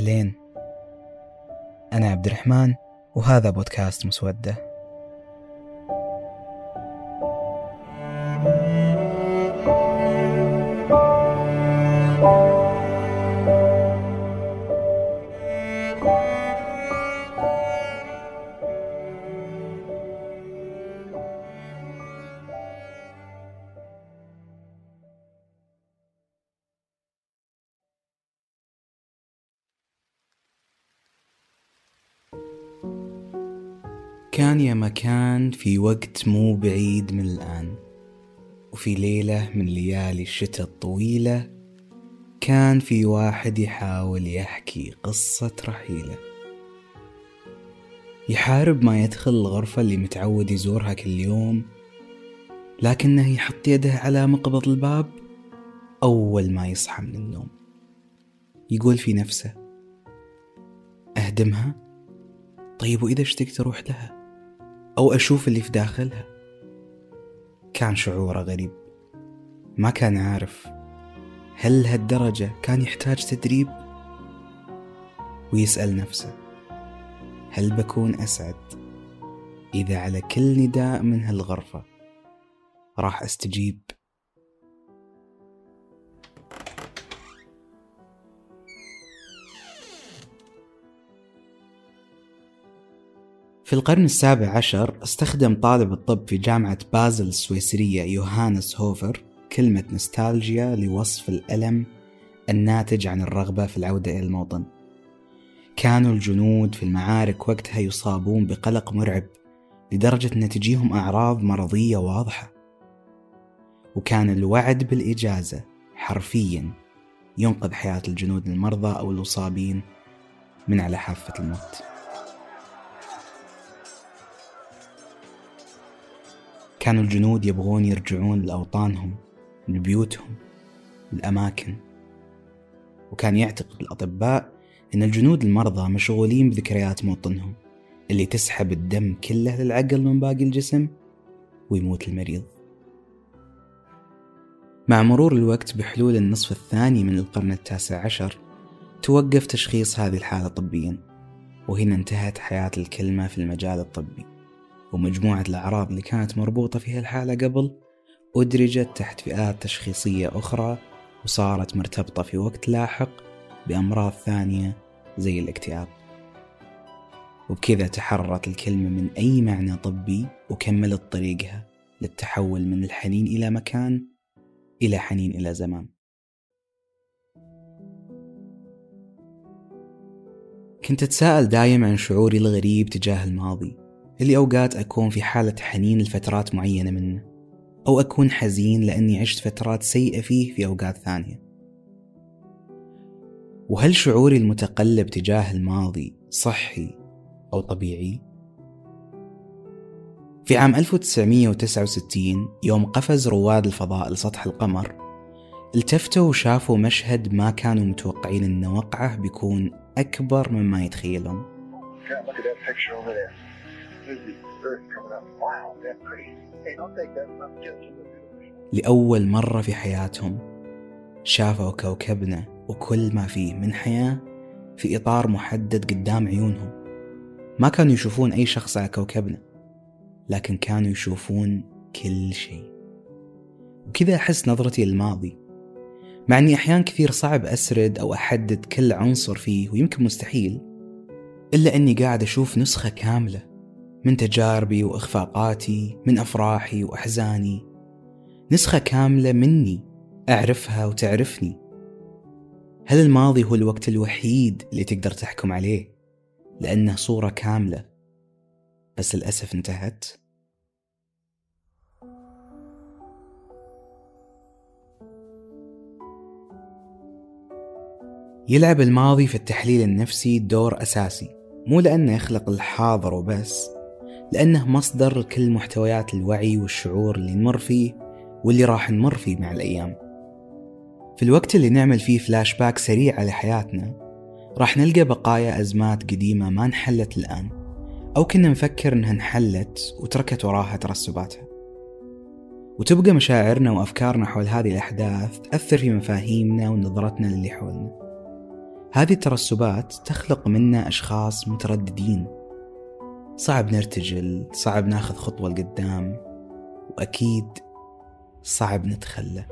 أهلين، أنا عبد الرحمن وهذا بودكاست مسودة. كان يا مكان في وقت مو بعيد من الآن، وفي ليلة من ليالي الشتاء الطويلة، كان في واحد يحاول يحكي قصة رحيلة، يحارب ما يدخل الغرفة اللي متعود يزورها كل يوم، لكنه يحط يده على مقبض الباب أول ما يصحى من النوم. يقول في نفسه: أهدمها؟ طيب وإذا اشتقت أروح لها أو أشوف اللي في داخلها؟ كان شعوره غريب، ما كان عارف هل هالدرجة كان يحتاج تدريب؟ ويسأل نفسه: هل بكون أسعد إذا على كل نداء من هالغرفة راح أستجيب؟ في القرن 17 استخدم طالب الطب في جامعة بازل السويسرية يوهانس هوفر كلمة نوستالجيا لوصف الألم الناتج عن الرغبة في العودة إلى الموطن. كانوا الجنود في المعارك وقتها يصابون بقلق مرعب لدرجة أن تجيهم أعراض مرضية واضحة، وكان الوعد بالإجازة حرفيا ينقذ حياة الجنود المرضى أو المصابين من على حافة الموت. كانوا الجنود يبغون يرجعون لأوطانهم، لبيوتهم، الأماكن، وكان يعتقد الأطباء أن الجنود المرضى مشغولين بذكريات موطنهم اللي تسحب الدم كله للعقل من باقي الجسم ويموت المريض. مع مرور الوقت بحلول النصف الثاني من القرن 19 توقف تشخيص هذه الحالة طبيا، وهنا انتهت حياة الكلمة في المجال الطبي، ومجموعة الأعراض اللي كانت مربوطة فيها الحالة قبل أدرجت تحت فئات تشخيصية أخرى، وصارت مرتبطة في وقت لاحق بأمراض ثانية زي الاكتئاب. وبكذا تحررت الكلمة من أي معنى طبي وكملت طريقها للتحول من الحنين إلى مكان إلى حنين إلى زمان. كنت أتساءل دايم عن شعوري الغريب تجاه الماضي، اللي أوقات أكون في حالة حنين لفترات معينة منه، أو أكون حزين لأني عشت فترات سيئة فيه في أوقات ثانية. وهل شعوري المتقلب تجاه الماضي صحي أو طبيعي؟ في عام 1969 يوم قفز رواد الفضاء لسطح القمر، التفتوا وشافوا مشهد ما كانوا متوقعين أن وقعه بيكون أكبر مما يتخيلون. لأول مرة في حياتهم شافوا كوكبنا وكل ما فيه من حياة في إطار محدد قدام عيونهم. ما كانوا يشوفون أي شخص على كوكبنا، لكن كانوا يشوفون كل شيء. وكذا أحس نظرتي للماضي، مع أني أحيان كثير صعب أسرد أو أحدد كل عنصر فيه ويمكن مستحيل، إلا أني قاعد أشوف نسخة كاملة من تجاربي وإخفاقاتي، من أفراحي وأحزاني، نسخة كاملة مني أعرفها وتعرفني. هل الماضي هو الوقت الوحيد اللي تقدر تحكم عليه لأنه صورة كاملة بس للأسف انتهت؟ يلعب الماضي في التحليل النفسي دور أساسي، مو لأنه يخلق الحاضر وبس، لأنه مصدر لكل محتويات الوعي والشعور اللي نمر فيه واللي راح نمر فيه مع الأيام. في الوقت اللي نعمل فيه فلاش باك سريع على حياتنا، راح نلقى بقايا أزمات قديمة ما انحلت الآن، أو كنا نفكر إنها انحلت وتركت وراها ترسباتها. وتبقى مشاعرنا وأفكارنا حول هذه الأحداث تأثر في مفاهيمنا ونظرتنا للي حولنا. هذه الترسبات تخلق منا أشخاص مترددين، صعب نرتجل، صعب ناخذ خطوة لقدام، وأكيد صعب نتخلى.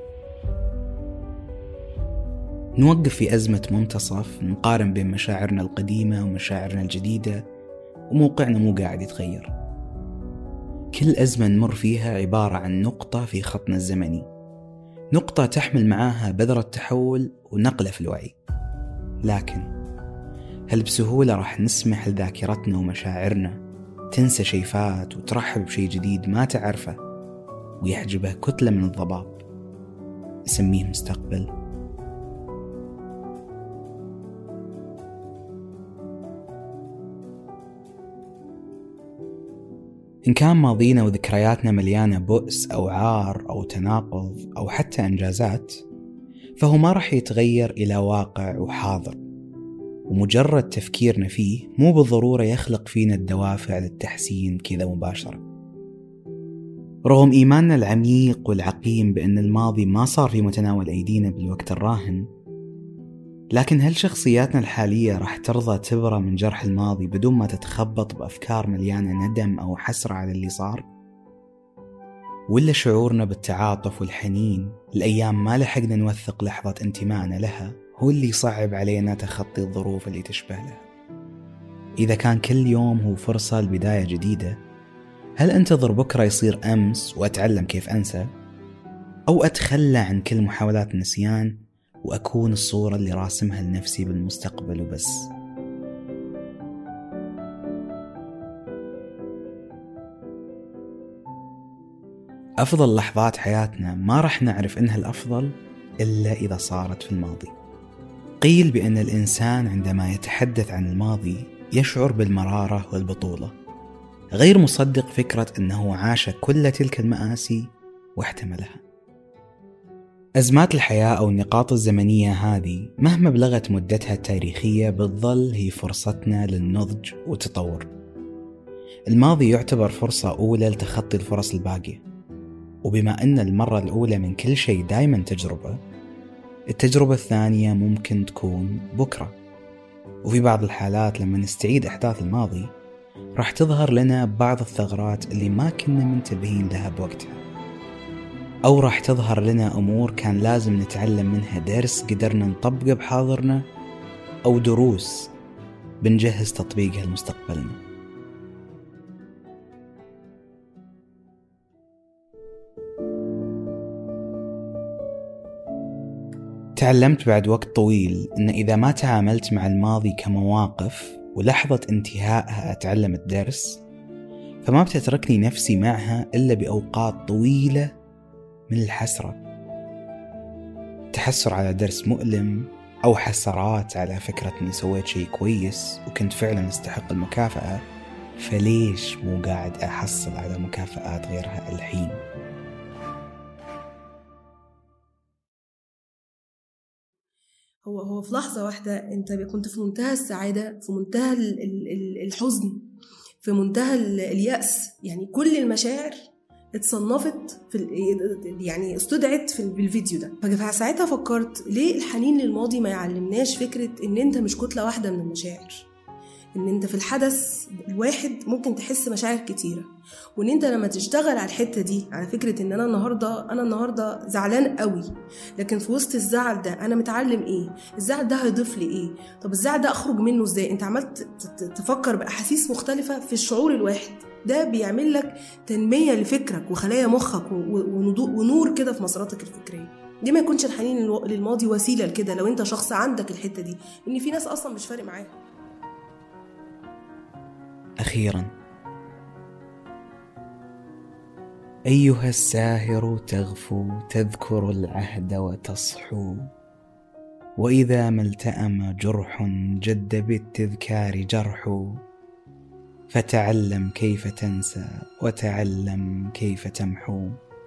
نوقف في أزمة منتصف، نقارن بين مشاعرنا القديمة ومشاعرنا الجديدة، وموقعنا مو قاعد يتغير. كل أزمة نمر فيها عبارة عن نقطة في خطنا الزمني، نقطة تحمل معاها بذرة تحول ونقلة في الوعي. لكن هل بسهولة راح نسمح لذاكرتنا ومشاعرنا تنسى شي فات وترحب بشي جديد ما تعرفه ويحجبه كتلة من الضباب نسميه مستقبل؟ إن كان ماضينا وذكرياتنا مليانة بؤس أو عار أو تناقض أو حتى إنجازات، فهو ما رح يتغير إلى واقع وحاضر، ومجرد تفكيرنا فيه مو بالضرورة يخلق فينا الدوافع للتحسين كذا مباشرة. رغم إيماننا العميق والعقيم بأن الماضي ما صار في متناول أيدينا بالوقت الراهن، لكن هل شخصياتنا الحالية راح ترضى تبرى من جرح الماضي بدون ما تتخبط بأفكار مليانة ندم أو حسرة على اللي صار؟ ولا شعورنا بالتعاطف والحنين الأيام ما لحقنا نوثق لحظة انتمائنا لها هو اللي يصعب علينا تخطي الظروف اللي تشبه لها؟ إذا كان كل يوم هو فرصة لبداية جديدة، هل أنتظر بكرة يصير أمس وأتعلم كيف أنسى؟ أو أتخلى عن كل محاولات النسيان وأكون الصورة اللي راسمها لنفسي بالمستقبل وبس؟ أفضل لحظات حياتنا ما رح نعرف إنها الأفضل إلا إذا صارت في الماضي. قيل بأن الإنسان عندما يتحدث عن الماضي يشعر بالمرارة والبطولة، غير مصدق فكرة أنه عاش كل تلك المآسي واحتملها. أزمات الحياة أو النقاط الزمنية هذه مهما بلغت مدتها التاريخية بتظل هي فرصتنا للنضج والتطور. الماضي يعتبر فرصة أولى لتخطي الفرص الباقية، وبما أن المرة الأولى من كل شيء دايما تجربة، التجربة الثانية ممكن تكون بكرة. وفي بعض الحالات لما نستعيد أحداث الماضي راح تظهر لنا بعض الثغرات اللي ما كنا منتبهين لها بوقتها، أو راح تظهر لنا أمور كان لازم نتعلم منها درس قدرنا نطبقه بحاضرنا، أو دروس بنجهز تطبيقها لمستقبلنا. تعلمت بعد وقت طويل أن إذا ما تعاملت مع الماضي كمواقف ولحظة انتهائها أتعلم الدرس، فما بتتركني نفسي معها إلا بأوقات طويلة من الحسرة، تحسر على درس مؤلم، أو حسرات على فكرة أني سويت شيء كويس وكنت فعلا استحق المكافأة، فليش مو قاعد أحصل على مكافآت غيرها الحين؟ هو في لحظة واحدة أنت كنت في منتهى السعادة، في منتهى الحزن، في منتهى اليأس، يعني كل المشاعر اتصنفت يعني استدعت بالفيديو ده. فساعتها فكرت ليه الحنين للماضي ما يعلمناش فكرة ان انت مش كتلة واحدة من المشاعر، ان انت في الحدث الواحد ممكن تحس مشاعر كتيرة، وان انت لما تشتغل على الحتة دي، على فكرة ان انا النهاردة زعلان قوي، لكن في وسط الزعل ده انا متعلم ايه؟ الزعل ده هيضيف لي ايه؟ طب الزعل ده اخرج منه ازاي؟ انت عملت تفكر بأحاسيس مختلفة في الشعور الواحد ده، بيعمل لك تنمية لفكرك وخلايا مخك ونور كده في مساراتك الفكرية. دي ما يكونش الحنين للماضي وسيلة لكده لو انت شخص عندك الحتة دي، ان في ناس اصلا مش فارق معاها. أخيرا، أيها الساهر تغفو تذكر العهد وتصحو، وإذا ما التأم جرح جد بالتذكار جرح، فتعلم كيف تنسى وتعلم كيف تمحو.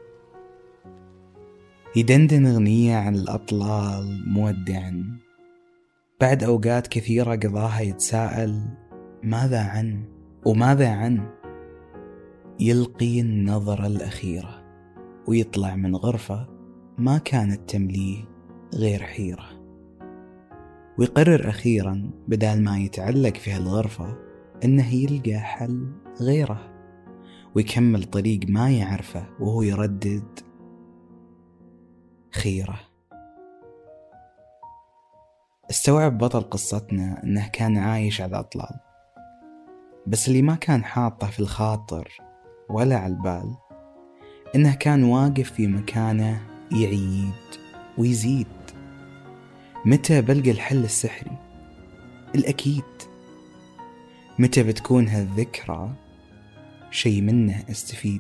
يدندن أغنية عن الأطلال مودعا، بعد أوقات كثيرة قضاها يتساءل ماذا عن وماذا عن، يلقي النظرة الأخيرة ويطلع من غرفة ما كانت تمليه غير حيرة. ويقرر أخيرا بدال ما يتعلق في هالغرفة إنه يلقى حل غيره، ويكمل طريق ما يعرفه وهو يردد خيره. استوعب بطل قصتنا إنه كان عايش على الأطلال، بس اللي ما كان حاطه في الخاطر ولا على البال إنه كان واقف في مكانه يعيد ويزيد. متى بلقى الحل السحري؟ الأكيد. متى بتكون هالذكرى شي منه استفيد؟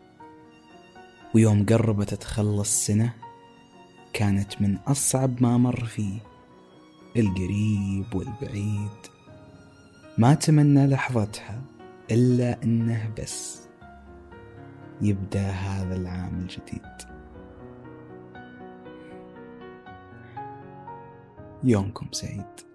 ويوم قربت تخلص سنة كانت من أصعب ما مر فيه، القريب والبعيد، ما تمنى لحظتها إلا إنه بس يبدأ هذا العام الجديد. يومكم سعيد.